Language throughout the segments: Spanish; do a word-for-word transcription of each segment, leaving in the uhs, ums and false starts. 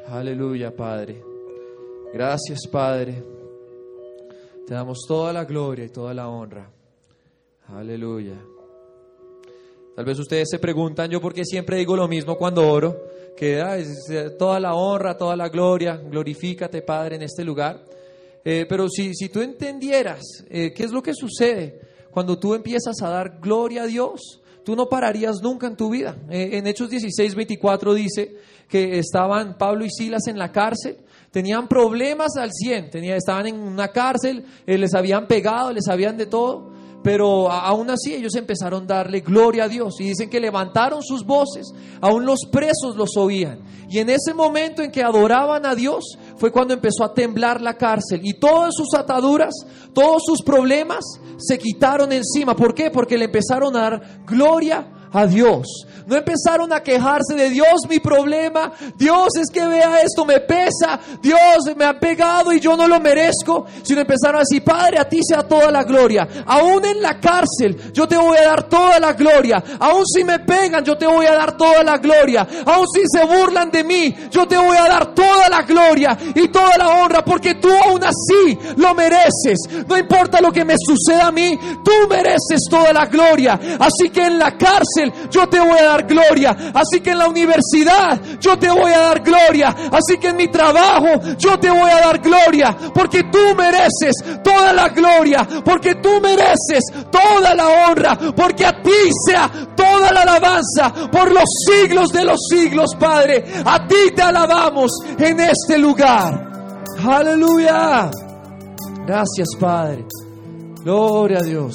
Aleluya, Padre. Gracias, Padre. Te damos toda la gloria y toda la honra. Aleluya. Tal vez ustedes se preguntan, yo por qué siempre digo lo mismo cuando oro, que ah, es, toda la honra, toda la gloria, glorifícate, Padre, en este lugar. Eh, pero si, si tú entendieras eh, qué es lo que sucede cuando tú empiezas a dar gloria a Dios, tú no pararías nunca en tu vida. Eh, en Hechos dieciséis, veinticuatro dice que estaban Pablo y Silas en la cárcel, tenían problemas al cien, tenía, estaban en una cárcel, eh, les habían pegado, les habían de todo, pero a, aún así ellos empezaron a darle gloria a Dios, y dicen que levantaron sus voces, aún los presos los oían, y en ese momento en que adoraban a Dios fue cuando empezó a temblar la cárcel, y todas sus ataduras, todos sus problemas se quitaron encima. ¿Por qué? Porque le empezaron a dar gloria a Dios. No empezaron a quejarse de Dios, mi problema, Dios, es que vea esto, me pesa, Dios, me ha pegado y yo no lo merezco, sino empezaron a decir, Padre, a ti sea toda la gloria, aún en la cárcel yo te voy a dar toda la gloria, aún si me pegan yo te voy a dar toda la gloria, aún si se burlan de mí yo te voy a dar toda la gloria y toda la honra, porque tú aún así lo mereces. No importa lo que me suceda a mí, tú mereces toda la gloria. Así que en la cárcel yo te voy a dar gloria, así que en la universidad yo te voy a dar gloria, así que en mi trabajo yo te voy a dar gloria, porque tú mereces toda la gloria, porque tú mereces toda la honra, porque a ti sea toda la alabanza por los siglos de los siglos, Padre. A ti te alabamos en este lugar. Aleluya. Gracias, Padre. Gloria a Dios.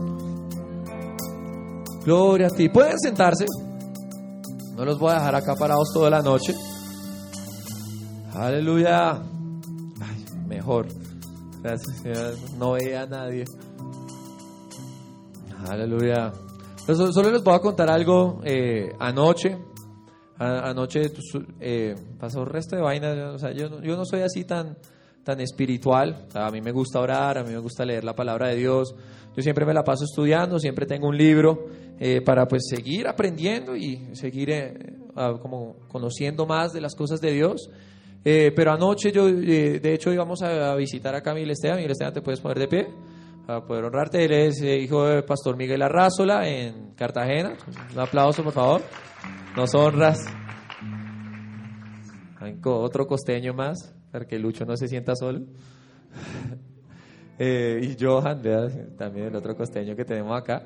Gloria a ti. Pueden sentarse. No los voy a dejar acá parados toda la noche. Aleluya. Ay, mejor. Gracias, Señor. No veía a nadie. Aleluya. Entonces, solo les voy a contar algo. Eh, anoche, a, anoche eh, pasó el resto de vainas. O sea, yo, yo no soy así tan, tan espiritual. O sea, a mí me gusta orar, a mí me gusta leer la palabra de Dios. Yo siempre me la paso estudiando, siempre tengo un libro eh, para pues seguir aprendiendo y seguir eh, a, como conociendo más de las cosas de Dios. Eh, pero anoche yo, eh, de hecho, íbamos a, a visitar acá a Miguel Esteban. Miguel Esteban, ¿te puedes poner de pie? Para poder honrarte. Él es eh, hijo de Pastor Miguel Arrázola en Cartagena. Un aplauso, por favor. Nos honras. Hay otro costeño más, para que Lucho no se sienta solo. Eh, y Johan, ¿verdad? También el otro costeño que tenemos acá.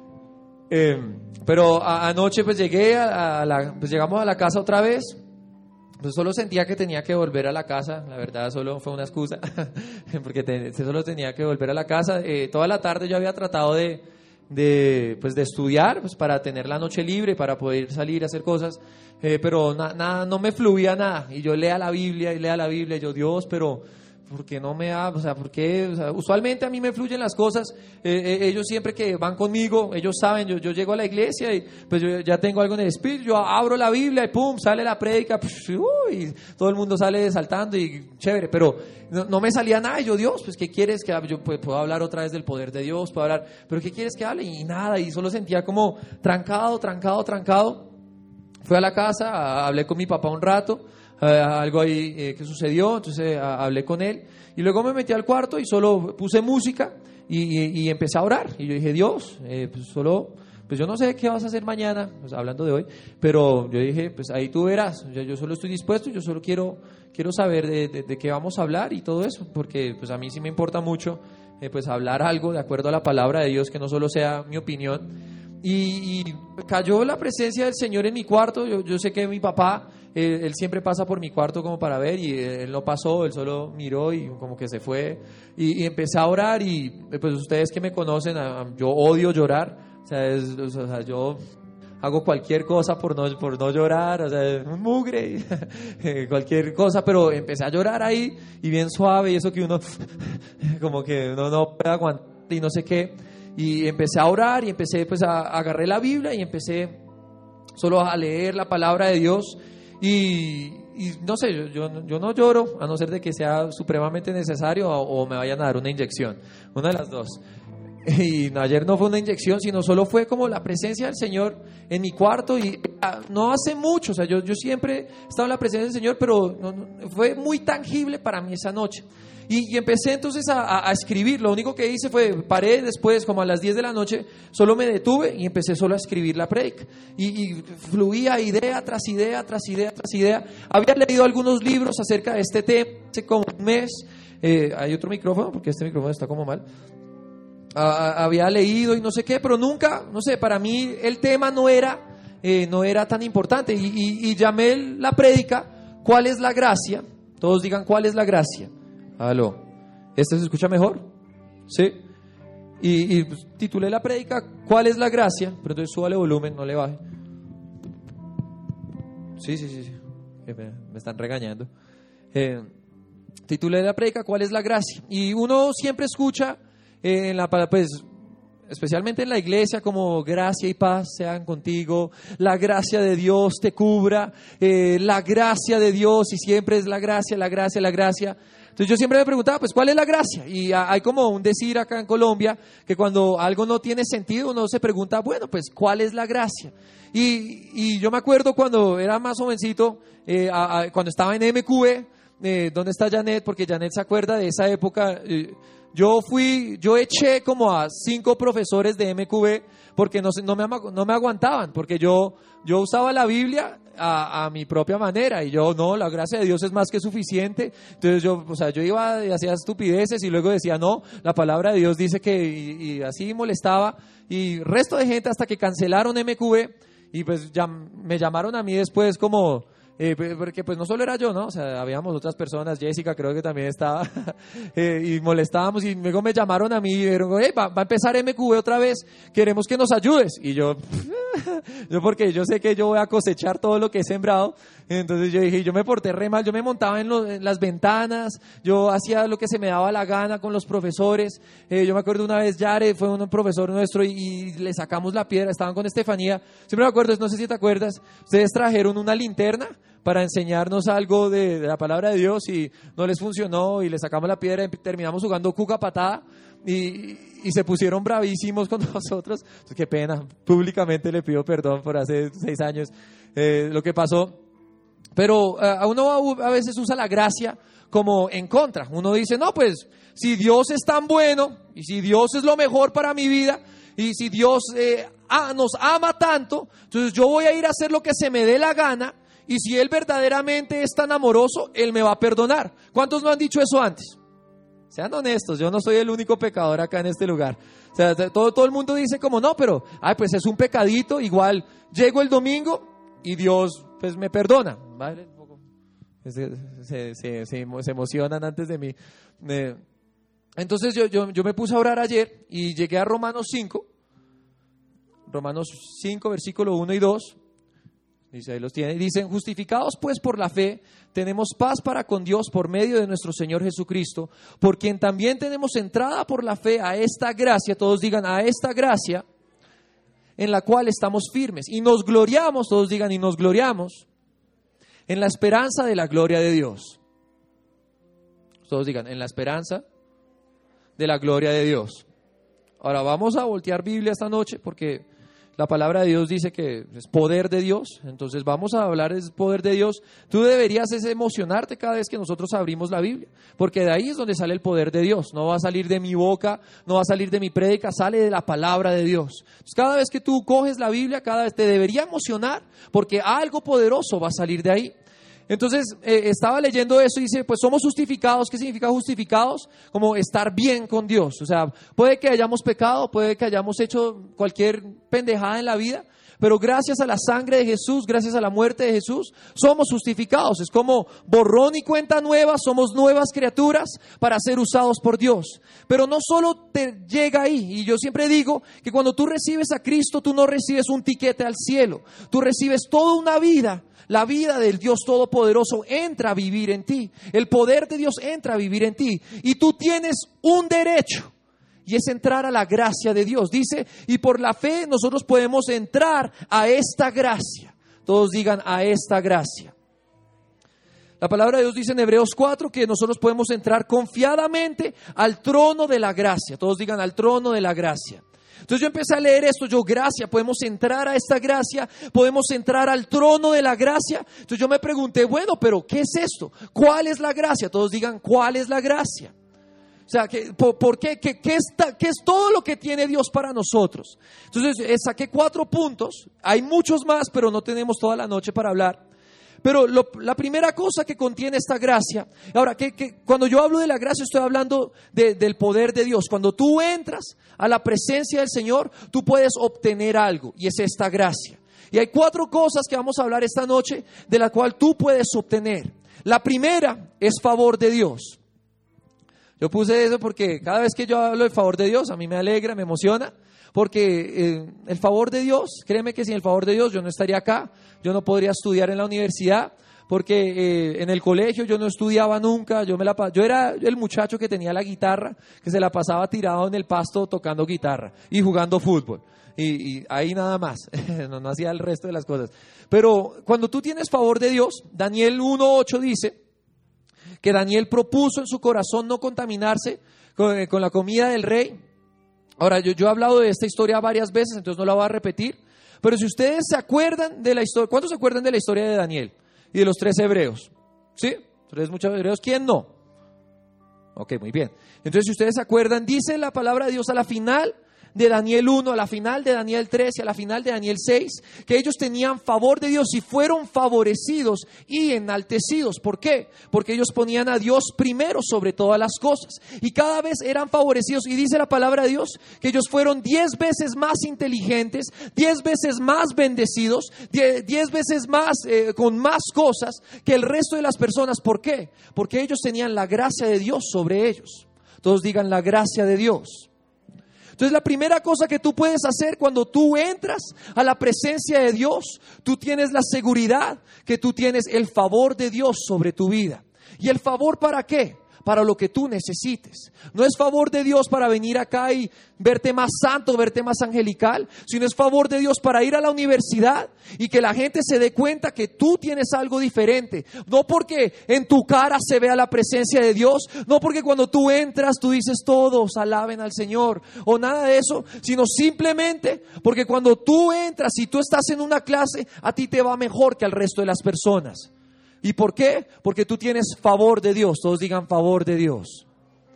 Eh, pero a, anoche pues llegué a, a la, pues llegamos a la casa otra vez. Pues solo sentía que tenía que volver a la casa. La verdad solo fue una excusa porque te, solo tenía que volver a la casa. Eh, toda la tarde yo había tratado de, de, pues de estudiar, pues para tener la noche libre, para poder salir a hacer cosas, eh, pero na, nada, no me fluía nada. Y yo lea la Biblia y lea la Biblia y yo, Dios, pero ¿por qué no me da? O sea, ¿por qué? O sea, usualmente a mí me fluyen las cosas. Eh, eh, ellos siempre que van conmigo, ellos saben, yo, yo llego a la iglesia y pues yo ya tengo algo en el espíritu, yo abro la Biblia y pum, sale la prédica, y todo el mundo sale saltando y chévere, pero no, no me salía nada. Y yo, Dios, pues ¿qué quieres que hable? Yo pues, puedo hablar otra vez del poder de Dios, puedo hablar, pero ¿qué quieres que hable? Y nada, y solo sentía como trancado, trancado, trancado. Fui a la casa, hablé con mi papá un rato. Uh, algo ahí eh, que sucedió, entonces uh, hablé con él y luego me metí al cuarto y solo puse música y, y, y empecé a orar y yo dije, Dios, eh, pues solo, pues yo no sé qué vas a hacer mañana, pues hablando de hoy, pero yo dije, pues ahí tú verás, yo, yo solo estoy dispuesto, yo solo quiero, quiero saber de, de, de qué vamos a hablar y todo eso, porque pues a mí sí me importa mucho eh, pues hablar algo de acuerdo a la palabra de Dios, que no solo sea mi opinión. Y, y cayó la presencia del Señor en mi cuarto. Yo, yo sé que mi papá, eh, él siempre pasa por mi cuarto como para ver, y él no pasó, él solo miró y como que se fue. Y, y empecé a orar y pues ustedes que me conocen, a, a, yo odio llorar. O sea, es, o sea, yo hago cualquier cosa por no, por no llorar, o sea, un mugre, cualquier cosa, pero empecé a llorar ahí y bien suave, y eso que uno como que uno no puede aguantar y no sé qué. Y empecé a orar y empecé pues a, a agarré la Biblia y empecé solo a leer la palabra de Dios y, y no sé, yo, yo, yo no lloro a no ser de que sea supremamente necesario o, o me vayan a dar una inyección, una de las dos. Y no, ayer no fue una inyección, sino solo fue como la presencia del Señor en mi cuarto. Y ah, no hace mucho, o sea, yo, yo siempre he estado en la presencia del Señor, pero no, no, fue muy tangible para mí esa noche. Y, y empecé entonces a, a, a escribir. Lo único que hice fue, paré después, como a las diez de la noche, solo me detuve y empecé solo a escribir la prédica. Y, y fluía idea tras idea, tras idea, tras idea. Había leído algunos libros acerca de este tema hace como un mes. Eh, hay otro micrófono, porque este micrófono está como mal. Uh, había leído y no sé qué, pero nunca, no sé, para mí el tema no era, eh, no era tan importante. Y, y, y llamé la prédica, ¿cuál es la gracia? Todos digan, ¿cuál es la gracia? Aló, ¿este se escucha mejor? Sí. Y, y pues, titulé la prédica, ¿cuál es la gracia? Pero entonces súbale volumen, no le baje. Sí, sí, sí, sí. Me, me están regañando. Eh, titulé la prédica, ¿cuál es la gracia? Y uno siempre escucha en la, pues, especialmente en la iglesia, como gracia y paz sean contigo, la gracia de Dios te cubra, eh, la gracia de Dios, y siempre es la gracia, la gracia, la gracia. Entonces yo siempre me preguntaba, pues, ¿cuál es la gracia? Y hay como un decir acá en Colombia, que cuando algo no tiene sentido, uno se pregunta, bueno, pues, ¿cuál es la gracia? Y, y yo me acuerdo cuando era más jovencito, eh, a, a, cuando estaba en M Q B, eh, ¿dónde está Janet? Porque Janet se acuerda de esa época. eh, Yo fui, yo eché como a cinco profesores de M Q B porque no, no, me, no me aguantaban, porque yo, yo usaba la Biblia a, a mi propia manera y yo, no, la gracia de Dios es más que suficiente. Entonces yo, o sea, yo iba y hacía estupideces y luego decía, no, la palabra de Dios dice que, y, y así molestaba, y resto de gente hasta que cancelaron M Q B y pues ya me llamaron a mí después como... Eh, porque pues no solo era yo, ¿no? O sea, habíamos otras personas, Jessica creo que también estaba, eh, y molestábamos, y luego me llamaron a mí y dijeron, hey, va, va a empezar M Q B otra vez, queremos que nos ayudes. Y yo, yo porque yo sé que yo voy a cosechar todo lo que he sembrado, entonces yo dije, yo me porté re mal, yo me montaba en, lo, en las ventanas, yo hacía lo que se me daba la gana con los profesores. Eh, yo me acuerdo una vez, Yare fue un profesor nuestro y, y le sacamos la piedra, estaban con Estefanía, siempre me acuerdo, no sé si te acuerdas, ustedes trajeron una linterna para enseñarnos algo de, de la palabra de Dios y no les funcionó y le sacamos la piedra y terminamos jugando cuca patada y, y se pusieron bravísimos con nosotros. Entonces, qué pena, públicamente le pido perdón por hace seis años eh, lo que pasó. Pero uh, uno a, a veces usa la gracia como en contra. Uno dice, no, pues si Dios es tan bueno y si Dios es lo mejor para mi vida y si Dios eh, ah, nos ama tanto, entonces yo voy a ir a hacer lo que se me dé la gana. Y si Él verdaderamente es tan amoroso, Él me va a perdonar. ¿Cuántos no han dicho eso antes? Sean honestos, yo no soy el único pecador acá en este lugar. O sea, todo, todo el mundo dice como, no, pero, ay, pues es un pecadito, igual llego el domingo y Dios, pues me perdona. ¿Vale? Se, se, se, se, se emocionan antes de mí. Eh, entonces yo, yo, yo me puse a orar ayer y llegué a Romanos cinco. Romanos cinco, versículo uno y dos. Dice, ahí los tiene. Dicen, justificados pues por la fe, tenemos paz para con Dios por medio de nuestro Señor Jesucristo, por quien también tenemos entrada por la fe a esta gracia, todos digan, a esta gracia, en la cual estamos firmes. Y nos gloriamos, todos digan, y nos gloriamos, en la esperanza de la gloria de Dios. Todos digan, en la esperanza de la gloria de Dios. Ahora vamos a voltear Biblia esta noche porque la palabra de Dios dice que es poder de Dios, entonces vamos a hablar del poder de Dios. Tú deberías es emocionarte cada vez que nosotros abrimos la Biblia, porque de ahí es donde sale el poder de Dios. No va a salir de mi boca, no va a salir de mi prédica, sale de la palabra de Dios. Entonces, cada vez que tú coges la Biblia, cada vez te debería emocionar, porque algo poderoso va a salir de ahí. Entonces eh, estaba leyendo eso y dice, pues somos justificados. ¿Qué significa justificados? Como estar bien con Dios. O sea, puede que hayamos pecado, puede que hayamos hecho cualquier pendejada en la vida, pero gracias a la sangre de Jesús, gracias a la muerte de Jesús, somos justificados. Es como borrón y cuenta nueva, somos nuevas criaturas para ser usados por Dios. Pero no solo te llega ahí, y yo siempre digo que cuando tú recibes a Cristo, tú no recibes un tiquete al cielo, tú recibes toda una vida. La vida del Dios Todopoderoso entra a vivir en ti. El poder de Dios entra a vivir en ti. Y tú tienes un derecho. Y es entrar a la gracia de Dios. Dice, y por la fe nosotros podemos entrar a esta gracia. Todos digan, a esta gracia. La palabra de Dios dice en Hebreos cuatro que nosotros podemos entrar confiadamente al trono de la gracia. Todos digan, al trono de la gracia. Entonces yo empecé a leer esto, yo gracia, podemos entrar a esta gracia, podemos entrar al trono de la gracia. Entonces yo me pregunté, bueno, pero ¿qué es esto? ¿Cuál es la gracia? Todos digan, ¿cuál es la gracia? O sea, ¿qué, por, por qué? ¿Qué, qué, está, ¿Qué es todo lo que tiene Dios para nosotros? Entonces eh, saqué cuatro puntos, hay muchos más, pero no tenemos toda la noche para hablar. Pero lo, la primera cosa que contiene esta gracia, ahora, que, que cuando yo hablo de la gracia estoy hablando de, del poder de Dios. Cuando tú entras a la presencia del Señor, tú puedes obtener algo y es esta gracia. Y hay cuatro cosas que vamos a hablar esta noche de la cual tú puedes obtener. La primera es favor de Dios. Yo puse eso porque cada vez que yo hablo del favor de Dios, a mí me alegra, me emociona. Porque eh, el favor de Dios, créeme que sin el favor de Dios yo no estaría acá, yo no podría estudiar en la universidad, porque eh, en el colegio yo no estudiaba nunca, yo, me la, yo era el muchacho que tenía la guitarra, que se la pasaba tirado en el pasto tocando guitarra y jugando fútbol, y, y ahí nada más, no, no hacía el resto de las cosas. Pero cuando tú tienes favor de Dios, Daniel uno ocho dice que Daniel propuso en su corazón no contaminarse con, con la comida del rey. Ahora, yo, yo he hablado de esta historia varias veces, entonces no la voy a repetir. Pero si ustedes se acuerdan de la historia, ¿cuántos se acuerdan de la historia de Daniel y de los tres hebreos? ¿Sí? ¿Tres muchos hebreos? ¿Quién no? Ok, muy bien. Entonces, si ustedes se acuerdan, dice la palabra de Dios a la final de Daniel uno, a la final de Daniel tres y a la final de Daniel seis, que ellos tenían favor de Dios y fueron favorecidos y enaltecidos. ¿Por qué? Porque ellos ponían a Dios primero sobre todas las cosas y cada vez eran favorecidos. Y dice la palabra de Dios que ellos fueron diez veces más inteligentes, diez veces más bendecidos, diez, diez veces más eh, con más cosas que el resto de las personas. ¿Por qué? Porque ellos tenían la gracia de Dios sobre ellos. Todos digan, la gracia de Dios. Entonces la primera cosa que tú puedes hacer cuando tú entras a la presencia de Dios, tú tienes la seguridad que tú tienes el favor de Dios sobre tu vida. ¿Y el favor para qué? Para lo que tú necesites. No es favor de Dios para venir acá y verte más santo, verte más angelical, sino es favor de Dios para ir a la universidad y que la gente se dé cuenta que tú tienes algo diferente. No porque en tu cara se vea la presencia de Dios, no porque cuando tú entras tú dices todos alaben al Señor o nada de eso, sino simplemente porque cuando tú entras y tú estás en una clase, a ti te va mejor que al resto de las personas. ¿Y por qué? Porque tú tienes favor de Dios. Todos digan favor de Dios.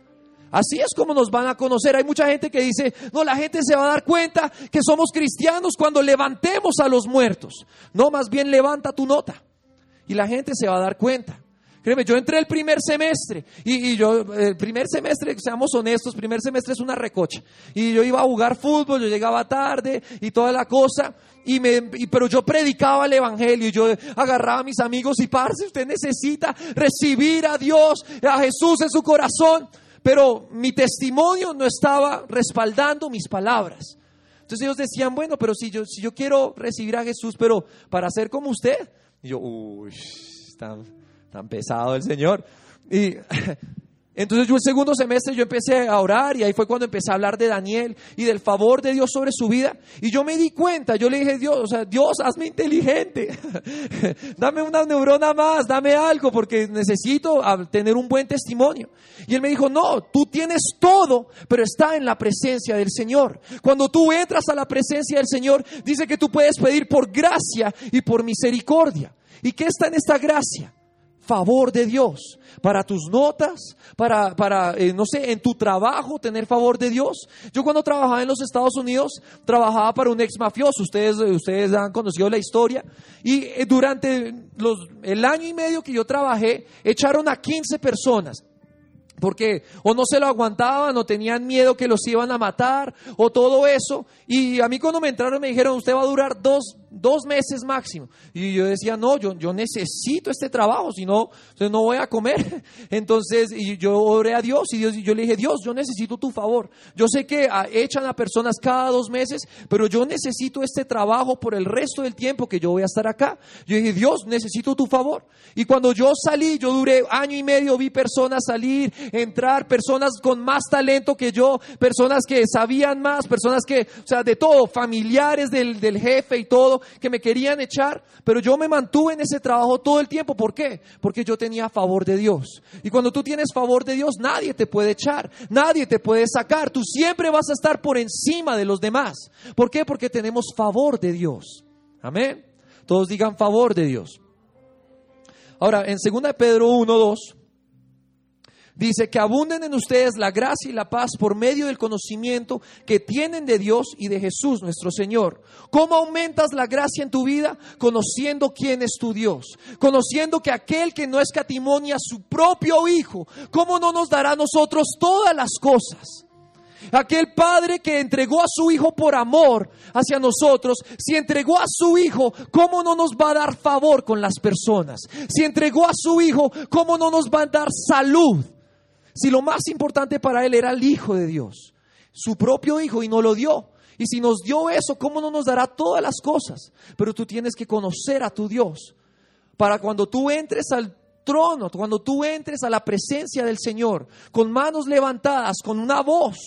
Así es como nos van a conocer. Hay mucha gente que dice, no, la gente se va a dar cuenta que somos cristianos cuando levantemos a los muertos. No, más bien levanta tu nota y la gente se va a dar cuenta. Créeme, yo entré el primer semestre y, y yo, el primer semestre, seamos honestos, primer semestre es una recocha. Y yo iba a jugar fútbol, yo llegaba tarde y toda la cosa, y me, y, pero yo predicaba el evangelio y yo agarraba a mis amigos y parce, usted necesita recibir a Dios, a Jesús en su corazón. Pero mi testimonio no estaba respaldando mis palabras. Entonces ellos decían, bueno, pero si yo, si yo quiero recibir a Jesús, pero para ser como usted. Y yo, uy, está tan pesado el Señor. Y entonces yo el segundo semestre yo empecé a orar y ahí fue cuando empecé a hablar de Daniel y del favor de Dios sobre su vida. Y yo me di cuenta, yo le dije, Dios, o sea, Dios, hazme inteligente. Dame una neurona más, dame algo porque necesito tener un buen testimonio. Y él me dijo, no, tú tienes todo, pero está en la presencia del Señor. Cuando tú entras a la presencia del Señor, dice que tú puedes pedir por gracia y por misericordia. ¿Y qué está en esta gracia? Favor de Dios, para tus notas, para, para eh, no sé, en tu trabajo, tener favor de Dios. Yo cuando trabajaba en los Estados Unidos, trabajaba para un ex mafioso, ustedes, ustedes han conocido la historia, y eh, durante los, el año y medio que yo trabajé, echaron a quince personas. Porque o no se lo aguantaban o tenían miedo que los iban a matar o todo eso. Y a mí cuando me entraron me dijeron, usted va a durar dos, dos meses máximo. Y yo decía, no, yo, yo necesito este trabajo, si no, no voy a comer. Entonces y yo oré a Dios y Dios, y yo le dije, Dios, yo necesito tu favor. Yo sé que a, echan a personas cada dos meses, pero yo necesito este trabajo por el resto del tiempo que yo voy a estar acá. Yo dije, Dios, necesito tu favor. Y cuando yo salí, yo duré año y medio, vi personas salir, entrar, personas con más talento que yo, personas que sabían más, personas que, o sea, de todo, familiares del, del jefe y todo, pasó que me querían echar, pero yo me mantuve en ese trabajo todo el tiempo. ¿Por qué? Porque yo tenía favor de Dios. Y cuando tú tienes favor de Dios, nadie te puede echar, nadie te puede sacar. Tú siempre vas a estar por encima de los demás. ¿Por qué? Porque tenemos favor de Dios. Amén. Todos digan favor de Dios. Ahora, en segunda de Pedro uno, dos, dice que abunden en ustedes la gracia y la paz por medio del conocimiento que tienen de Dios y de Jesús nuestro Señor. ¿Cómo aumentas la gracia en tu vida? Conociendo quién es tu Dios, conociendo que aquel que no escatimó a su propio Hijo, ¿cómo no nos dará a nosotros todas las cosas? Aquel Padre que entregó a su Hijo por amor hacia nosotros, si entregó a su Hijo, ¿cómo no nos va a dar favor con las personas? Si entregó a su Hijo, ¿cómo no nos va a dar salud? Si lo más importante para Él era el Hijo de Dios, su propio Hijo, y nos lo dio. Y si nos dio eso, ¿cómo no nos dará todas las cosas? Pero tú tienes que conocer a tu Dios para cuando tú entres al trono, cuando tú entres a la presencia del Señor, con manos levantadas, con una voz,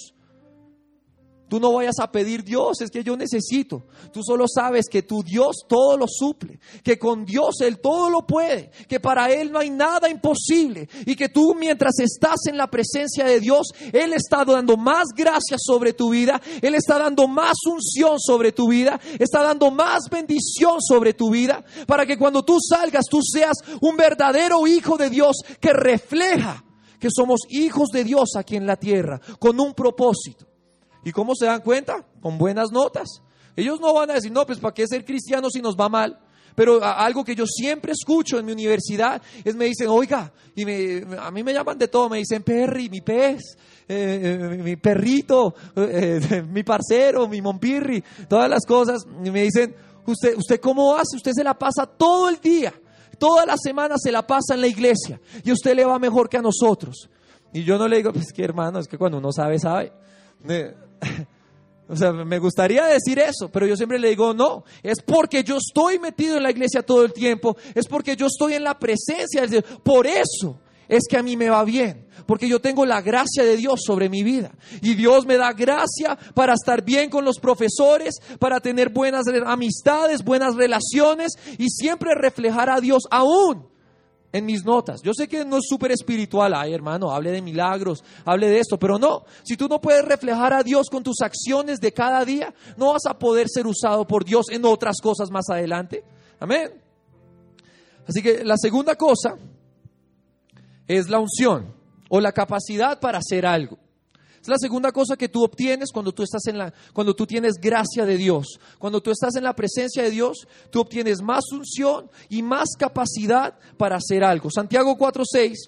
tú no vayas a pedir: Dios, es que yo necesito. Tú solo sabes que tu Dios todo lo suple, que con Dios Él todo lo puede, que para Él no hay nada imposible, y que tú, mientras estás en la presencia de Dios, Él está dando más gracia sobre tu vida, Él está dando más unción sobre tu vida, está dando más bendición sobre tu vida, para que cuando tú salgas, tú seas un verdadero hijo de Dios que refleja que somos hijos de Dios aquí en la tierra, con un propósito. ¿Y cómo se dan cuenta? Con buenas notas. Ellos no van a decir: no, pues ¿para qué ser cristiano si nos va mal? Pero a, algo que yo siempre escucho en mi universidad es, me dicen: oiga, y me, a mí me llaman de todo, me dicen Perry, mi pez, eh, eh, mi perrito, eh, eh, mi parcero, mi monpirri, todas las cosas. Y me dicen: ¿usted, usted cómo hace? Usted se la pasa todo el día, toda la semana se la pasa en la iglesia, y a usted le va mejor que a nosotros. Y yo no le digo: pues que hermano, es que cuando uno sabe, sabe. O sea, me gustaría decir eso, pero yo siempre le digo: no, es porque yo estoy metido en la iglesia todo el tiempo, es porque yo estoy en la presencia del Señor. Por eso es que a mí me va bien, porque yo tengo la gracia de Dios sobre mi vida, y Dios me da gracia para estar bien con los profesores, para tener buenas amistades, buenas relaciones, y siempre reflejar a Dios aún en mis notas. Yo sé que no es súper espiritual: ay hermano, hable de milagros, hable de esto, pero no, si tú no puedes reflejar a Dios con tus acciones de cada día, no vas a poder ser usado por Dios en otras cosas más adelante. Amén. Así que la segunda cosa es la unción o la capacidad para hacer algo. Es la segunda cosa que tú obtienes cuando tú estás en la, cuando tú tienes gracia de Dios. Cuando tú estás en la presencia de Dios, tú obtienes más unción y más capacidad para hacer algo. Santiago cuatro seis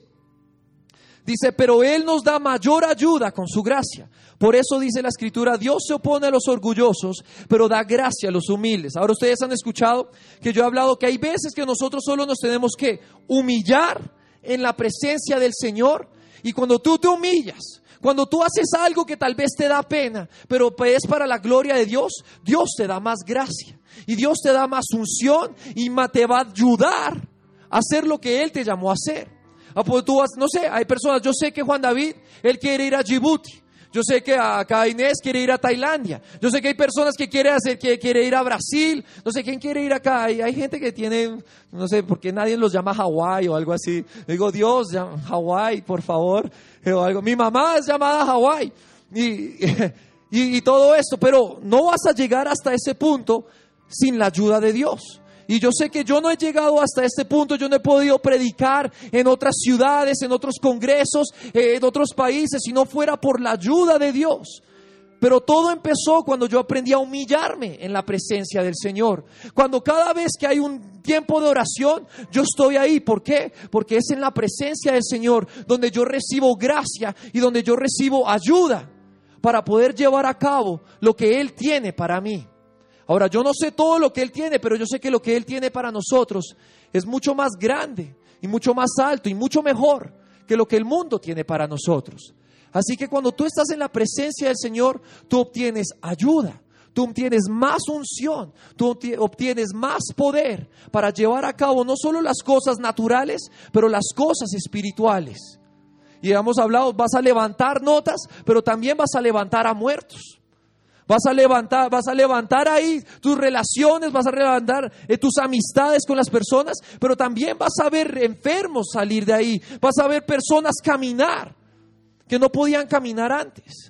dice: pero Él nos da mayor ayuda con su gracia. Por eso dice la Escritura: Dios se opone a los orgullosos, pero da gracia a los humildes. Ahora, ustedes han escuchado que yo he hablado que hay veces que nosotros solo nos tenemos que humillar en la presencia del Señor. Y cuando tú te humillas, cuando tú haces algo que tal vez te da pena, pero es para la gloria de Dios, Dios te da más gracia, y Dios te da más unción, y te va a ayudar a hacer lo que Él te llamó a hacer. Ah, pues tú vas, no sé, hay personas, yo sé que Juan David, él quiere ir a Djibouti. Yo sé que acá Inés quiere ir a Tailandia. Yo sé que hay personas que quieren hacer, que quiere ir a Brasil. No sé quién quiere ir acá. Hay, hay gente que tiene, no sé por qué nadie los llama Hawái o algo así. Digo: Dios, Hawái, por favor. O algo. Mi mamá es llamada Hawái. Y, y, y todo esto. Pero no vas a llegar hasta ese punto sin la ayuda de Dios. Y yo sé que yo no he llegado hasta este punto, yo no he podido predicar en otras ciudades, en otros congresos, eh, en otros países, si no fuera por la ayuda de Dios. Pero todo empezó cuando yo aprendí a humillarme en la presencia del Señor. Cuando cada vez que hay un tiempo de oración, yo estoy ahí. ¿Por qué? Porque es en la presencia del Señor donde yo recibo gracia y donde yo recibo ayuda para poder llevar a cabo lo que Él tiene para mí. Ahora, yo no sé todo lo que Él tiene, pero yo sé que lo que Él tiene para nosotros es mucho más grande y mucho más alto y mucho mejor que lo que el mundo tiene para nosotros. Así que cuando tú estás en la presencia del Señor, tú obtienes ayuda, tú obtienes más unción, tú obtienes más poder para llevar a cabo no solo las cosas naturales, pero las cosas espirituales. Y hemos hablado, vas a levantar notas, pero también vas a levantar a muertos. Vas a levantar, vas a levantar ahí tus relaciones, vas a levantar eh, tus amistades con las personas, pero también vas a ver enfermos salir de ahí. Vas a ver personas caminar que no podían caminar antes,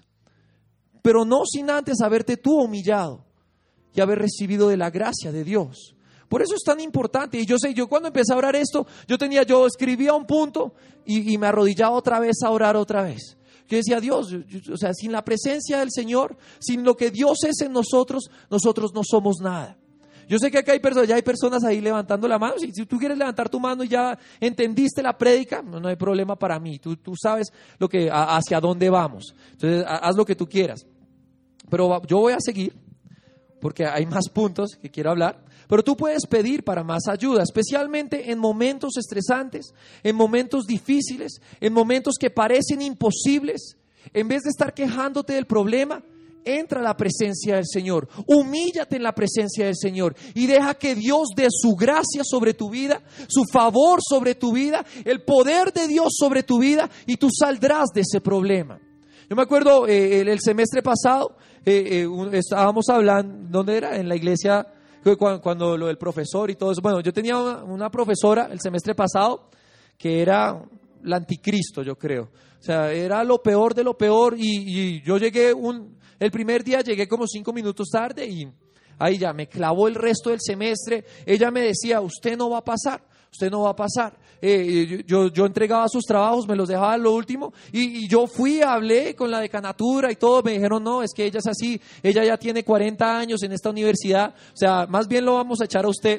pero no sin antes haberte tú humillado y haber recibido de la gracia de Dios. Por eso es tan importante. Y yo sé, yo cuando empecé a orar esto, yo tenía, yo escribía un punto y, y me arrodillaba otra vez a orar otra vez. Yo decía, Dios, yo, yo, o sea, sin la presencia del Señor, sin lo que Dios es en nosotros, nosotros no somos nada. Yo sé que acá hay personas, ya hay personas ahí levantando la mano. Si, si tú quieres levantar tu mano y ya entendiste la prédica, no, no hay problema para mí. Tú, tú sabes lo que, a, hacia dónde vamos. Entonces, a, haz lo que tú quieras. Pero yo voy a seguir porque hay más puntos que quiero hablar. Pero tú puedes pedir para más ayuda, especialmente en momentos estresantes, en momentos difíciles, en momentos que parecen imposibles. En vez de estar quejándote del problema, entra a la presencia del Señor, humíllate en la presencia del Señor y deja que Dios dé su gracia sobre tu vida, su favor sobre tu vida, el poder de Dios sobre tu vida, y tú saldrás de ese problema. Yo me acuerdo eh, el, el semestre pasado, eh, eh, estábamos hablando, ¿dónde era? En la iglesia, cuando, cuando lo del profesor y todo eso. Bueno, yo tenía una, una profesora el semestre pasado que era la anticristo, yo creo. O sea, era lo peor de lo peor, y, y yo llegué un, el primer día llegué como cinco minutos tarde y ahí ya me clavó el resto del semestre. Ella me decía, usted no va a pasar, usted no va a pasar. Eh, yo, yo entregaba sus trabajos, me los dejaba lo último, y, y yo fui, hablé con la decanatura y todo, me dijeron, no, es que ella es así, ella ya tiene cuarenta años en esta universidad, o sea, más bien lo vamos a echar a usted.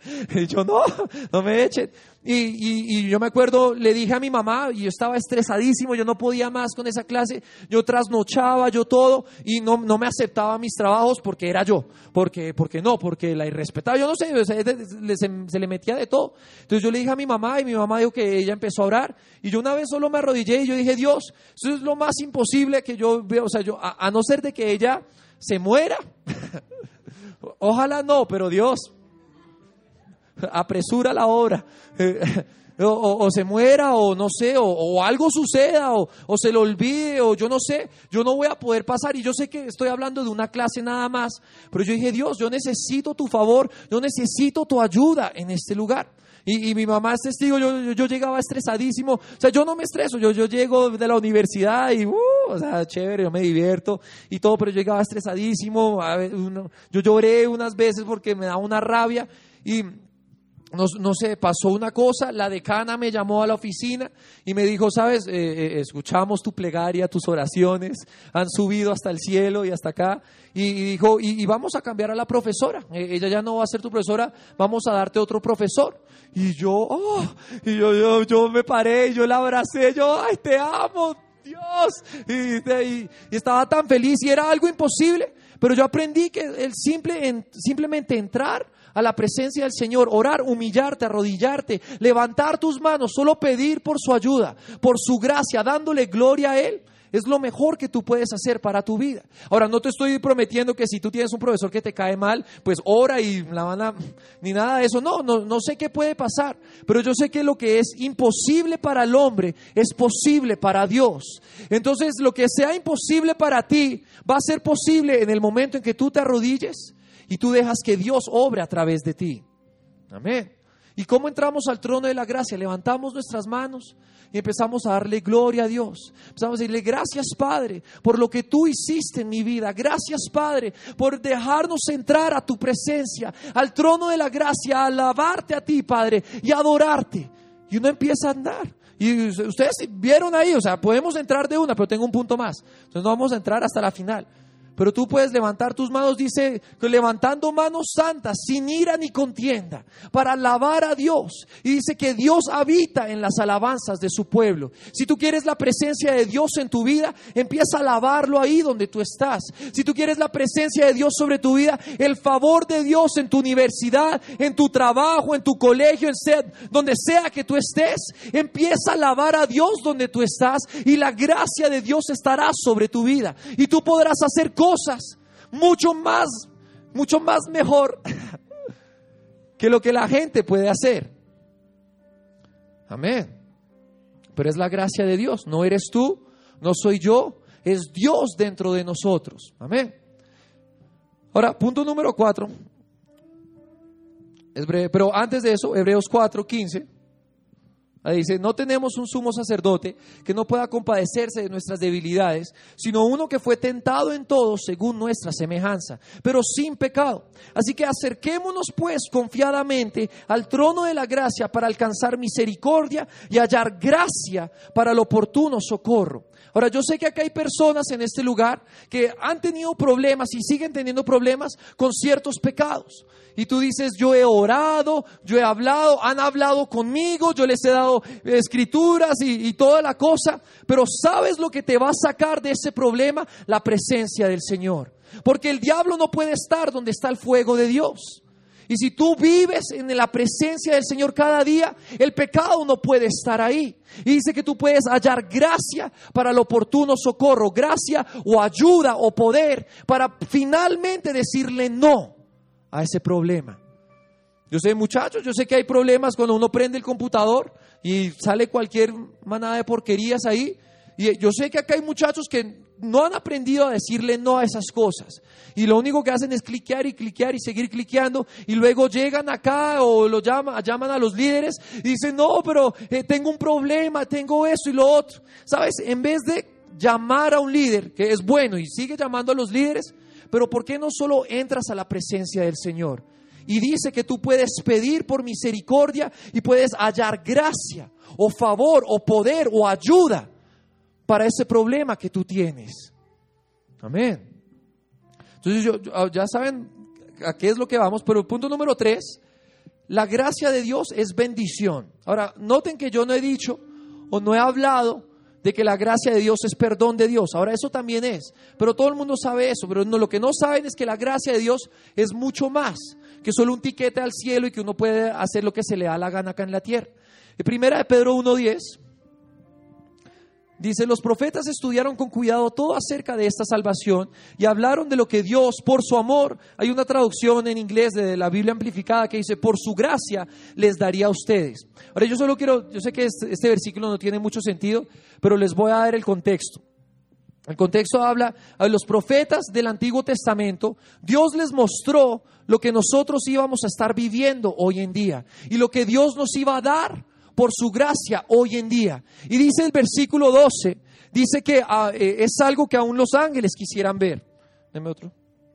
Y yo, no, no me echen. Y, y, y yo me acuerdo, le dije a mi mamá, y yo estaba estresadísimo, yo no podía más con esa clase, yo trasnochaba, yo todo, y no, no me aceptaba mis trabajos porque era yo, porque, porque no, porque la irrespetaba, yo no sé, o sea, se, se, se le metía de todo. Entonces yo le dije a mi mamá, y mi mamá dijo que ella empezó a orar, y yo una vez solo me arrodillé y yo dije, Dios, eso es lo más imposible que yo veo, o sea, yo, a, a no ser de que ella se muera, ojalá no, pero Dios, apresura la obra, o, o, o se muera, o no sé, o, o algo suceda, o, o se lo olvide, o yo no sé, yo no voy a poder pasar. Y yo sé que estoy hablando de una clase nada más, pero yo dije, Dios, yo necesito tu favor, yo necesito tu ayuda en este lugar. Y, y mi mamá es testigo, yo, yo, yo llegaba estresadísimo, o sea, yo no me estreso, yo, yo llego de la universidad y, uh, o sea, chévere, yo me divierto y todo, pero yo llegaba estresadísimo, a ver, uno, yo lloré unas veces porque me daba una rabia. Y No, no sé, pasó una cosa, la decana me llamó a la oficina y me dijo, sabes, eh, eh, escuchamos tu plegaria, tus oraciones han subido hasta el cielo y hasta acá, y, y dijo, y, y vamos a cambiar a la profesora, eh, ella ya no va a ser tu profesora, vamos a darte otro profesor. Y yo, oh, y yo, yo, yo me paré, y yo la abracé, yo, ay, te amo, Dios, y, y, y estaba tan feliz, y era algo imposible, pero yo aprendí que el simple, en, simplemente entrar a la presencia del Señor, orar, humillarte, arrodillarte, levantar tus manos, solo pedir por su ayuda, por su gracia, dándole gloria a Él, es lo mejor que tú puedes hacer para tu vida. Ahora, no te estoy prometiendo que si tú tienes un profesor que te cae mal, pues ora y la van a, ni nada de eso. No, no, no sé qué puede pasar, pero yo sé que lo que es imposible para el hombre es posible para Dios. Entonces, lo que sea imposible para ti va a ser posible en el momento en que tú te arrodilles y tú dejas que Dios obre a través de ti. Amén. ¿Y cómo entramos al trono de la gracia? Levantamos nuestras manos y empezamos a darle gloria a Dios. Empezamos a decirle, gracias Padre por lo que tú hiciste en mi vida. Gracias Padre por dejarnos entrar a tu presencia, al trono de la gracia, a alabarte a ti, Padre, y adorarte. Y uno empieza a andar. Y ustedes vieron ahí, o sea, podemos entrar de una, pero tengo un punto más. Entonces no vamos a entrar hasta la final. Pero tú puedes levantar tus manos, dice, que levantando manos santas, sin ira ni contienda, para alabar a Dios. Y dice que Dios habita en las alabanzas de su pueblo. Si tú quieres la presencia de Dios en tu vida, empieza a alabarlo ahí donde tú estás. Si tú quieres la presencia de Dios sobre tu vida, el favor de Dios en tu universidad, en tu trabajo, en tu colegio, en sea, donde sea que tú estés, empieza a alabar a Dios donde tú estás, y la gracia de Dios estará sobre tu vida. Y tú podrás hacer cosas cosas mucho más, mucho más mejor que lo que la gente puede hacer. Amén. Pero es la gracia de Dios, no eres tú, no soy yo, es Dios dentro de nosotros. Amén. Ahora, punto número cuatro. Es breve, pero antes de eso, Hebreos cuatro, quince. Ahí dice, no tenemos un sumo sacerdote que no pueda compadecerse de nuestras debilidades, sino uno que fue tentado en todo según nuestra semejanza, pero sin pecado. Así que acerquémonos pues confiadamente al trono de la gracia para alcanzar misericordia y hallar gracia para el oportuno socorro. Ahora, yo sé que acá hay personas en este lugar que han tenido problemas y siguen teniendo problemas con ciertos pecados. Y tú dices, yo he orado, yo he hablado, han hablado conmigo, yo les he dado escrituras y, y toda la cosa. Pero ¿sabes lo que te va a sacar de ese problema? La presencia del Señor. Porque el diablo no puede estar donde está el fuego de Dios. Y si tú vives en la presencia del Señor cada día, el pecado no puede estar ahí. Y dice que tú puedes hallar gracia para el oportuno socorro, gracia o ayuda o poder para finalmente decirle no a ese problema. Yo sé, muchachos, yo sé que hay problemas cuando uno prende el computador y sale cualquier manada de porquerías ahí. Y yo sé que acá hay muchachos que no han aprendido a decirle no a esas cosas. Y lo único que hacen es cliquear y cliquear y seguir cliqueando. Y luego llegan acá o lo llaman, llaman a los líderes y dicen, no, pero eh, tengo un problema, tengo eso y lo otro. ¿Sabes? En vez de llamar a un líder, que es bueno y sigue llamando a los líderes, pero ¿por qué no solo entras a la presencia del Señor? Y dice que tú puedes pedir por misericordia y puedes hallar gracia o favor o poder o ayuda para ese problema que tú tienes. Amén. Entonces yo, yo, ya saben a qué es lo que vamos, pero el punto número tres, la gracia de Dios es bendición. Ahora, noten que yo no he dicho o no he hablado de que la gracia de Dios es perdón de Dios. Ahora, eso también es, pero todo el mundo sabe eso, pero no, lo que no saben es que la gracia de Dios es mucho más que solo un tiquete al cielo y que uno puede hacer lo que se le da la gana acá en la tierra. En primera de Pedro uno diez dice, los profetas estudiaron con cuidado todo acerca de esta salvación y hablaron de lo que Dios, por su amor, hay una traducción en inglés de la Biblia amplificada que dice, por su gracia les daría a ustedes. Ahora yo solo quiero, yo sé que este, este versículo no tiene mucho sentido, pero les voy a dar el contexto. El contexto habla a los profetas del Antiguo Testamento. Dios les mostró lo que nosotros íbamos a estar viviendo hoy en día y lo que Dios nos iba a dar por su gracia hoy en día. Y dice el versículo doce, dice que uh, eh, es algo que aún los ángeles quisieran ver. Deme otro.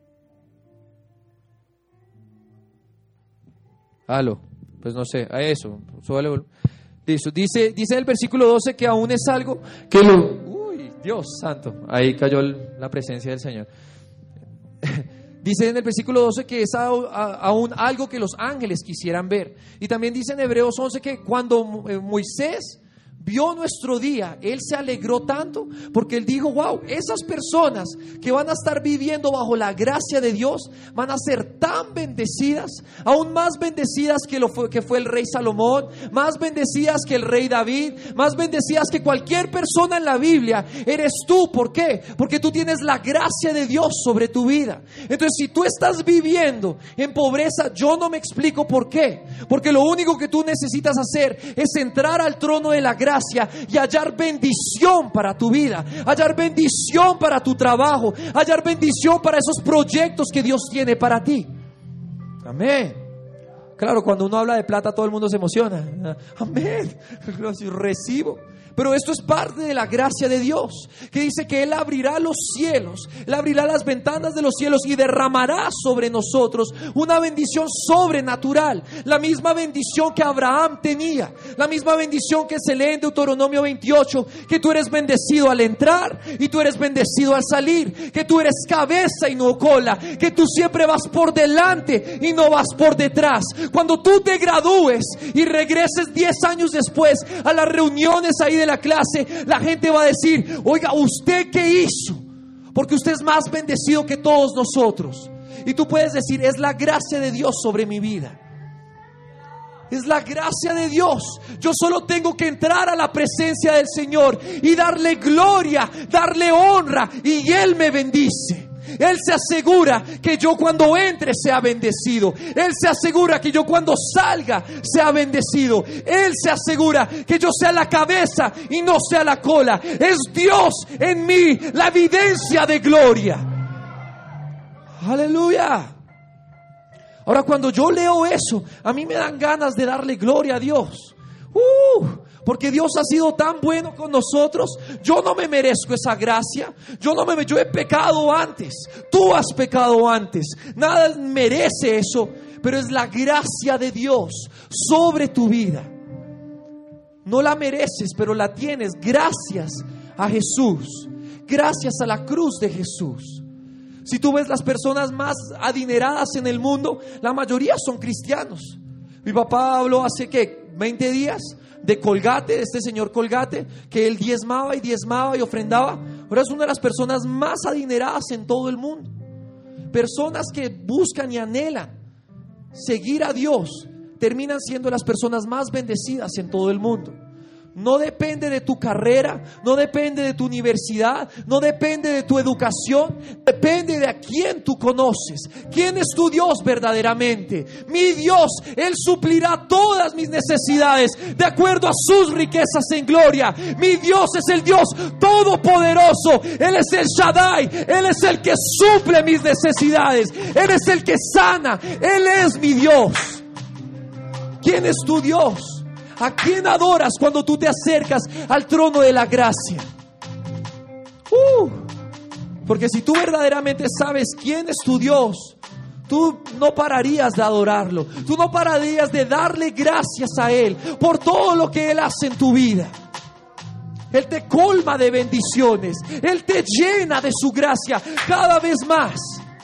Aló, pues no sé, a eso, súbale. Listo. Dice, dice el versículo doce que aún es algo que lo... Uy, Dios santo, ahí cayó el, la presencia del Señor. Dice en el versículo doce que es aún algo que los ángeles quisieran ver. Y también dice en Hebreos once que cuando Moisés vio nuestro día, él se alegró tanto porque él dijo, wow, esas personas que van a estar viviendo bajo la gracia de Dios van a ser tan bendecidas, aún más bendecidas que lo fue, que fue el rey Salomón, más bendecidas que el rey David, más bendecidas que cualquier persona en la Biblia. Eres tú. ¿Por qué? Porque tú tienes la gracia de Dios sobre tu vida. Entonces, si tú estás viviendo en pobreza, yo no me explico por qué, porque lo único que tú necesitas hacer es entrar al trono de la gracia y hallar bendición para tu vida, hallar bendición para tu trabajo, hallar bendición para esos proyectos que Dios tiene para ti. Amén. Claro, cuando uno habla de plata todo el mundo se emociona. Amén. Recibo. Pero esto es parte de la gracia de Dios, que dice que Él abrirá los cielos, Él abrirá las ventanas de los cielos y derramará sobre nosotros una bendición sobrenatural. La misma bendición que Abraham tenía, la misma bendición que se lee en Deuteronomio veintiocho, que tú eres bendecido al entrar y tú eres bendecido al salir, que tú eres cabeza y no cola, que tú siempre vas por delante y no vas por detrás. Cuando tú te gradúes y regreses diez años después a las reuniones ahí de la clase, la gente va a decir, oiga, ¿usted qué hizo? Porque usted es más bendecido que todos nosotros. Y tú puedes decir, es la gracia de Dios sobre mi vida. Es la gracia de Dios. Yo solo tengo que entrar a la presencia del Señor y darle gloria, darle honra, y Él me bendice. Él se asegura que yo cuando entre sea bendecido. Él se asegura que yo cuando salga sea bendecido. Él se asegura que yo sea la cabeza y no sea la cola. Es Dios en mí la evidencia de gloria. Aleluya. Ahora, cuando yo leo eso, a mí me dan ganas de darle gloria a Dios. Uh, porque Dios ha sido tan bueno con nosotros. Yo no me merezco esa gracia. Yo no me, yo he pecado antes. Tú has pecado antes. Nada merece eso, pero es la gracia de Dios sobre tu vida. No la mereces, pero la tienes gracias a Jesús, gracias a la cruz de Jesús. Si tú ves las personas más adineradas en el mundo, la mayoría son cristianos. Mi papá habló hace ¿qué? veinte días de Colgate, de este señor Colgate, que él diezmaba y diezmaba y ofrendaba. Ahora es una de las personas más adineradas en todo el mundo. Personas que buscan y anhelan seguir a Dios terminan siendo las personas más bendecidas en todo el mundo. No depende de tu carrera, no depende de tu universidad, no depende de tu educación, depende de a quién tú conoces. ¿Quién es tu Dios verdaderamente? Mi Dios, Él suplirá todas mis necesidades de acuerdo a sus riquezas en gloria. Mi Dios es el Dios todopoderoso. Él es el Shaddai, Él es el que suple mis necesidades. Él es el que sana, Él es mi Dios. ¿Quién es tu Dios? ¿A quién adoras cuando tú te acercas al trono de la gracia? Uh, porque si tú verdaderamente sabes quién es tu Dios, tú no pararías de adorarlo. Tú no pararías de darle gracias a Él por todo lo que Él hace en tu vida. Él te colma de bendiciones. Él te llena de su gracia cada vez más.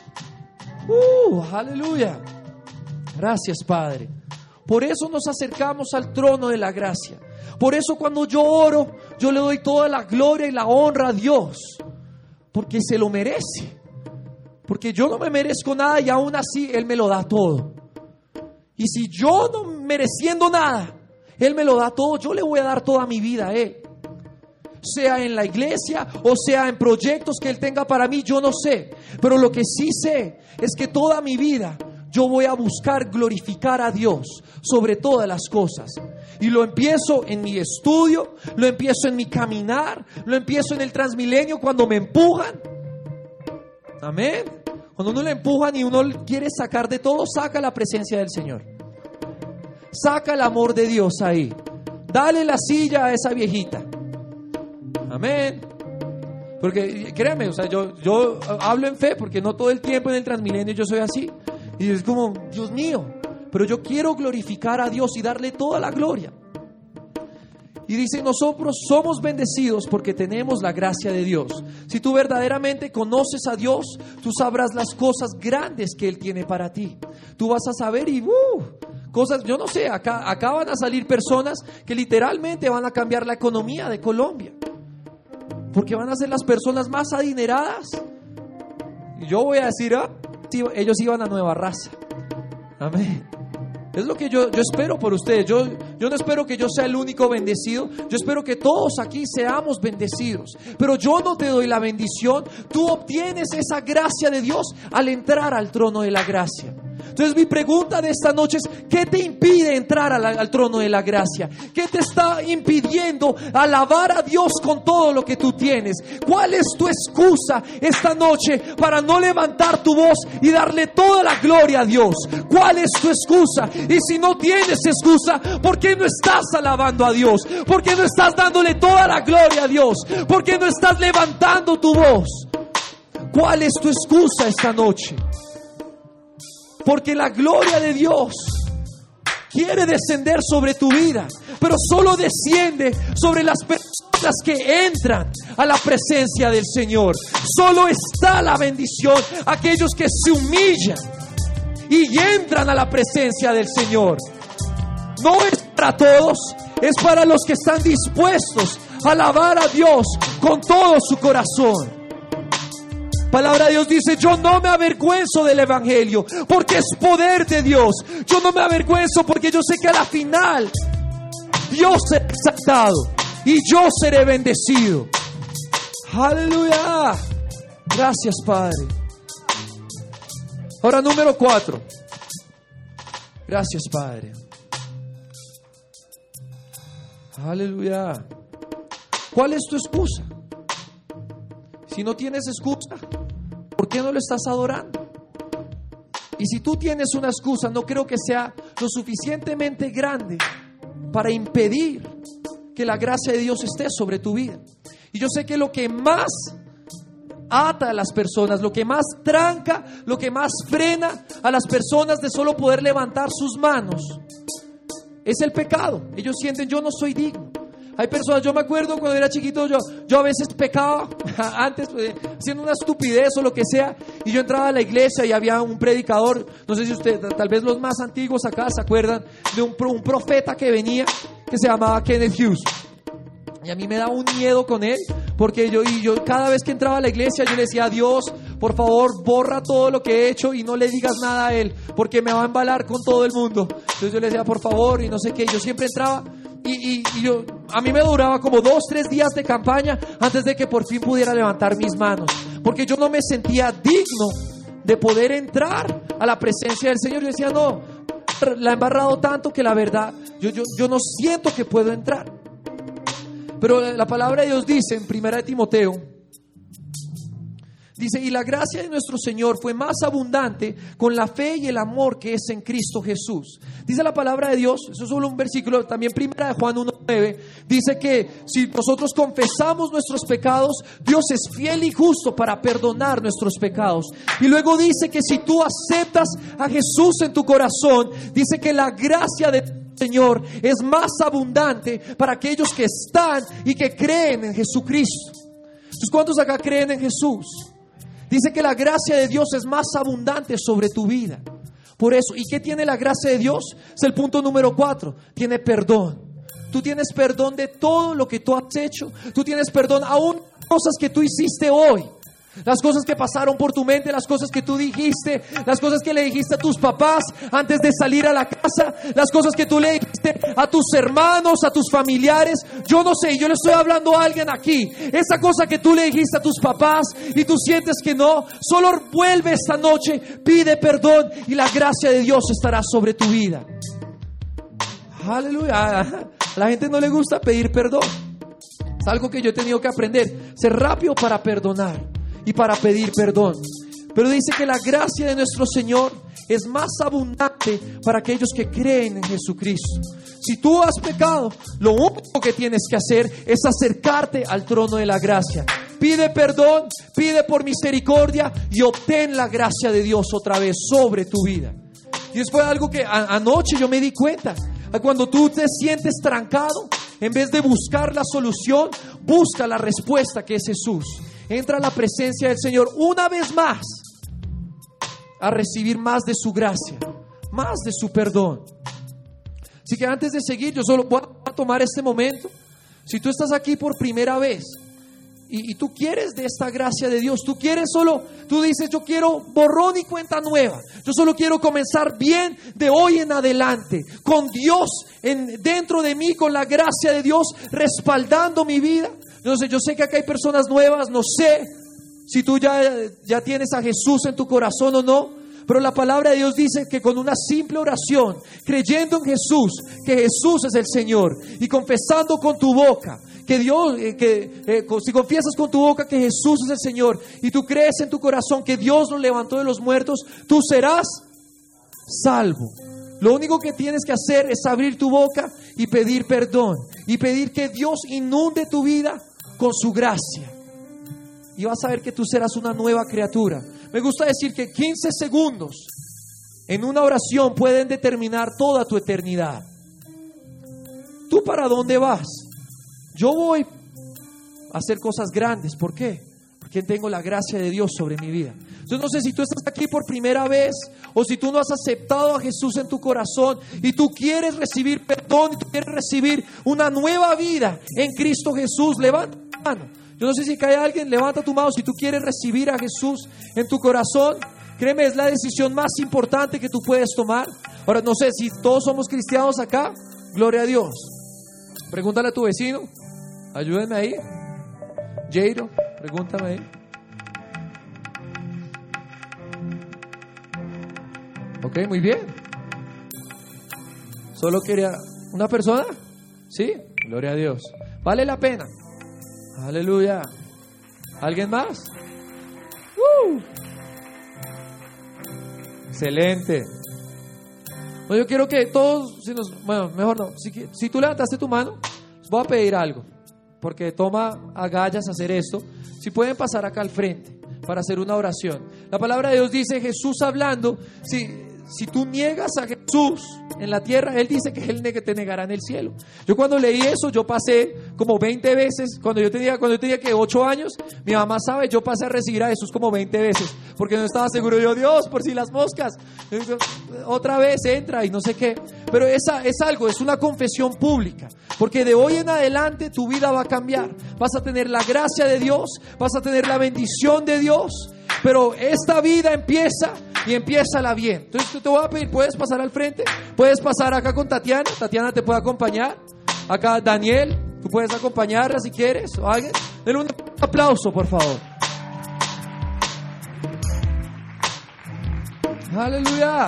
Uh, aleluya. Gracias, Padre. Por eso nos acercamos al trono de la gracia. Por eso cuando yo oro, yo le doy toda la gloria y la honra a Dios, porque se lo merece. Porque yo no me merezco nada y aún así Él me lo da todo. Y si yo no mereciendo nada, Él me lo da todo, yo le voy a dar toda mi vida a Él. Sea en la iglesia o sea en proyectos que Él tenga para mí, yo no sé. Pero lo que sí sé es que toda mi vida yo voy a buscar glorificar a Dios sobre todas las cosas. Y lo empiezo en mi estudio, lo empiezo en mi caminar, lo empiezo en el Transmilenio cuando me empujan. Amén. Cuando uno le empujan y uno quiere sacar de todo, saca la presencia del Señor. Saca el amor de Dios ahí. Dale la silla a esa viejita. Amén. Porque créame, o sea, yo, yo hablo en fe porque no todo el tiempo en el Transmilenio yo soy así. Y es como, Dios mío, pero yo quiero glorificar a Dios y darle toda la gloria. Y dice, nosotros somos bendecidos porque tenemos la gracia de Dios. Si tú verdaderamente conoces a Dios, tú sabrás las cosas grandes que Él tiene para ti. Tú vas a saber y uh, cosas, yo no sé, acá, acá van a salir personas que literalmente van a cambiar la economía de Colombia. Porque van a ser las personas más adineradas. Y yo voy a decir, ah, ellos iban a Nueva Raza. Amén. Es lo que yo, yo espero por ustedes. Yo, yo no espero que yo sea el único bendecido. Yo espero que todos aquí seamos bendecidos. Pero yo no te doy la bendición. Tú obtienes esa gracia de Dios al entrar al trono de la gracia. Entonces mi pregunta de esta noche es: ¿qué te impide entrar al, al trono de la gracia? ¿Qué te está impidiendo alabar a Dios con todo lo que tú tienes? ¿Cuál es tu excusa esta noche para no levantar tu voz y darle toda la gloria a Dios? ¿Cuál es tu excusa? Y si no tienes excusa, ¿por qué no estás alabando a Dios? ¿Por qué no estás dándole toda la gloria a Dios? ¿Por qué no estás levantando tu voz? ¿Cuál es tu excusa esta noche? Porque la gloria de Dios quiere descender sobre tu vida, pero solo desciende sobre las personas que entran a la presencia del Señor. Solo está la bendición aquellos que se humillan y entran a la presencia del Señor. No es para todos, es para los que están dispuestos a alabar a Dios con todo su corazón. Palabra de Dios dice: yo no me avergüenzo del evangelio, porque es poder de Dios. Yo no me avergüenzo porque yo sé que a la final Dios será exaltado y yo seré bendecido. Aleluya. Gracias, Padre. Ahora, número cuatro. Gracias, Padre. Aleluya. ¿Cuál es tu excusa? Si no tienes excusa, ¿por qué no lo estás adorando? Y si tú tienes una excusa, no creo que sea lo suficientemente grande para impedir que la gracia de Dios esté sobre tu vida. Y yo sé que lo que más ata a las personas, lo que más tranca, lo que más frena a las personas de solo poder levantar sus manos, es el pecado. Ellos sienten, yo no soy digno. Hay personas, yo me acuerdo cuando era chiquito, yo, yo a veces pecaba antes, eh, haciendo una estupidez o lo que sea, y yo entraba a la iglesia y había un predicador, no sé si usted, tal vez los más antiguos acá se acuerdan de un, un profeta que venía, que se llamaba Kenneth Hughes. Y a mí me daba un miedo con él, porque yo, y yo cada vez que entraba a la iglesia, yo le decía, Dios, por favor, borra todo lo que he hecho y no le digas nada a él, porque me va a embalar con todo el mundo. Entonces yo le decía, por favor, y no sé qué. Yo siempre entraba y, y, y yo, a mí me duraba como dos, tres días de campaña antes de que por fin pudiera levantar mis manos, porque yo no me sentía digno de poder entrar a la presencia del Señor. Yo decía, no, la he embarrado tanto que la verdad, yo, yo, yo no siento que puedo entrar. Pero la palabra de Dios dice en primera de Timoteo, dice, y la gracia de nuestro Señor fue más abundante con la fe y el amor que es en Cristo Jesús. Dice la palabra de Dios, eso es solo un versículo, también primera de Juan uno nueve, dice que si nosotros confesamos nuestros pecados, Dios es fiel y justo para perdonar nuestros pecados. Y luego dice que si tú aceptas a Jesús en tu corazón, dice que la gracia de Señor es más abundante para aquellos que están y que creen en Jesucristo. Entonces, ¿cuántos acá creen en Jesús? Dice que la gracia de Dios es más abundante sobre tu vida. Por eso, ¿y qué tiene la gracia de Dios? Es el punto número cuatro. Tiene perdón. Tú tienes perdón de todo lo que tú has hecho. Tú tienes perdón aún de cosas que tú hiciste hoy. Las cosas que pasaron por tu mente, las cosas que tú dijiste, las cosas que le dijiste a tus papás antes de salir a la casa, las cosas que tú le dijiste a tus hermanos, a tus familiares. Yo no sé, yo le estoy hablando a alguien aquí. Esa cosa que tú le dijiste a tus papás y tú sientes que no, solo vuelve esta noche, pide perdón y la gracia de Dios estará sobre tu vida. Aleluya. A la gente no le gusta pedir perdón. Es algo que yo he tenido que aprender. Ser rápido para perdonar y para pedir perdón. Pero dice que la gracia de nuestro Señor es más abundante para aquellos que creen en Jesucristo. Si tú has pecado, lo único que tienes que hacer es acercarte al trono de la gracia. Pide perdón, pide por misericordia y obtén la gracia de Dios otra vez sobre tu vida. Y después algo que a, anoche yo me di cuenta. Cuando tú te sientes trancado, en vez de buscar la solución, busca la respuesta que es Jesús. Entra a la presencia del Señor una vez más a recibir más de su gracia, más de su perdón. Así que antes de seguir, yo solo voy a tomar este momento. Si tú estás aquí por primera vez y, y tú quieres de esta gracia de Dios, tú quieres solo, tú dices, yo quiero borrón y cuenta nueva. Yo solo quiero comenzar bien de hoy en adelante, con Dios en, dentro de mí, con la gracia de Dios respaldando mi vida. No sé, yo sé que acá hay personas nuevas, no sé si tú ya, ya tienes a Jesús en tu corazón o no, pero la palabra de Dios dice que con una simple oración, creyendo en Jesús, que Jesús es el Señor, y confesando con tu boca que Dios, eh, que eh, si confiesas con tu boca que Jesús es el Señor, y tú crees en tu corazón que Dios lo levantó de los muertos, tú serás salvo. Lo único que tienes que hacer es abrir tu boca y pedir perdón, y pedir que Dios inunde tu vida con su gracia, y vas a ver que tú serás una nueva criatura. Me gusta decir que quince segundos en una oración pueden determinar toda tu eternidad. ¿Tú para dónde vas? Yo voy a hacer cosas grandes. ¿Por qué? Porque tengo la gracia de Dios sobre mi vida. Entonces no sé si tú estás aquí por primera vez o si tú no has aceptado a Jesús en tu corazón y tú quieres recibir perdón y tú quieres recibir una nueva vida en Cristo Jesús. Levanta tu mano. Yo no sé si cae alguien, levanta tu mano si tú quieres recibir a Jesús en tu corazón. Créeme, es la decisión más importante que tú puedes tomar. Ahora no sé si todos somos cristianos acá. Gloria a Dios. Pregúntale a tu vecino. Ayúdenme ahí. Jairo, pregúntame ahí. Ok, muy bien. Solo quería una persona. ¿Sí? Gloria a Dios. Vale la pena. Aleluya. ¿Alguien más? ¡Uh! Excelente. Bueno, yo quiero que todos, si nos, bueno, mejor no, si, si tú levantaste tu mano, les voy a pedir algo, porque toma agallas hacer esto. Si pueden pasar acá al frente para hacer una oración. La palabra de Dios dice, Jesús hablando, si, si tú niegas a Jesús en la tierra, Él dice que Él te negará en el cielo. Yo cuando leí eso, yo pasé como veinte veces, cuando yo tenía, cuando yo tenía que ocho años, mi mamá sabe, yo pasé a recibir a Jesús como veinte veces, porque no estaba seguro. Yo, Dios, por si las moscas, otra vez entra y no sé qué. Pero esa es algo, es una confesión pública, porque de hoy en adelante tu vida va a cambiar. Vas a tener la gracia de Dios, vas a tener la bendición de Dios, pero esta vida empieza y empiézala bien. Entonces te voy a pedir, ¿puedes pasar al frente? ¿Puedes pasar acá con Tatiana? Tatiana te puede acompañar. Acá Daniel, tú puedes acompañarla si quieres. O alguien. Denle un aplauso, por favor. Aleluya.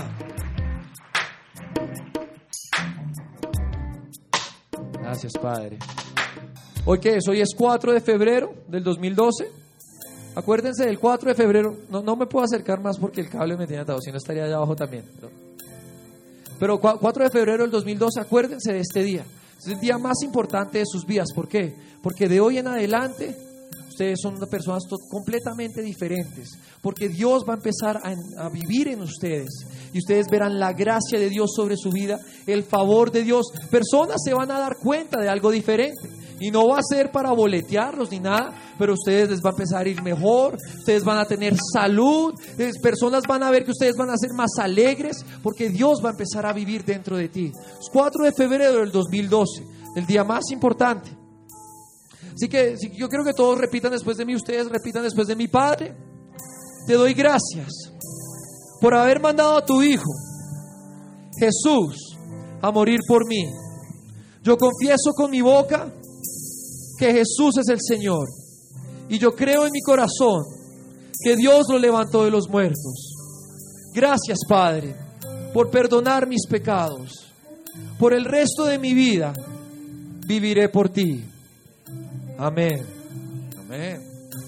Gracias, Padre. ¿Hoy qué es? Hoy es cuatro de febrero del dos mil doce. Acuérdense del cuatro de febrero. No, no me puedo acercar más porque el cable me tiene atado, si no estaría allá abajo también. Pero, pero cuatro de febrero del dos mil doce, acuérdense de este día. Es el día más importante de sus vidas. ¿Por qué? Porque de hoy en adelante ustedes son personas completamente diferentes, porque Dios va a empezar a, a vivir en ustedes y ustedes verán la gracia de Dios sobre su vida, el favor de Dios. Personas se van a dar cuenta de algo diferente y no va a ser para boletearlos ni nada, pero ustedes les va a empezar a ir mejor, ustedes van a tener salud, personas van a ver que ustedes van a ser más alegres, porque Dios va a empezar a vivir dentro de ti. Es cuatro de febrero del dos mil doce, el día más importante. Así que si, yo quiero que todos repitan después de mí, ustedes repitan después de mi Padre, te doy gracias por haber mandado a tu Hijo Jesús a morir por mí. Yo confieso con mi boca que Jesús es el Señor, y yo creo en mi corazón que Dios lo levantó de los muertos. Gracias, Padre, por perdonar mis pecados. Por el resto de mi vida viviré por ti. Amén. Amén.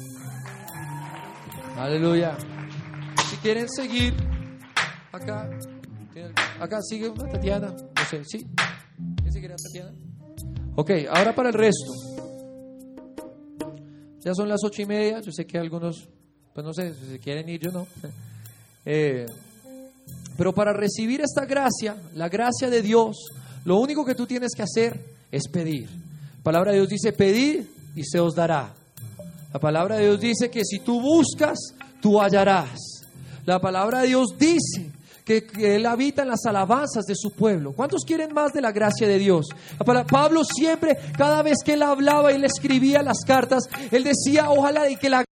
Aleluya. Si quieren seguir acá, acá sigue una Tatiana. No sé, ¿sí? ¿Quién seguirá, Tatiana? Ok, ahora para el resto. Ya son las ocho y media. Yo sé que algunos, pues no sé, si se quieren ir, yo no. Eh, pero para recibir esta gracia, la gracia de Dios, lo único que tú tienes que hacer es pedir. La palabra de Dios dice: pedid y se os dará. La palabra de Dios dice que si tú buscas, tú hallarás. La palabra de Dios dice que, que Él habita en las alabanzas de su pueblo. ¿Cuántos quieren más de la gracia de Dios? Para Pablo siempre, cada vez que él hablaba y le escribía las cartas, él decía: ojalá y que la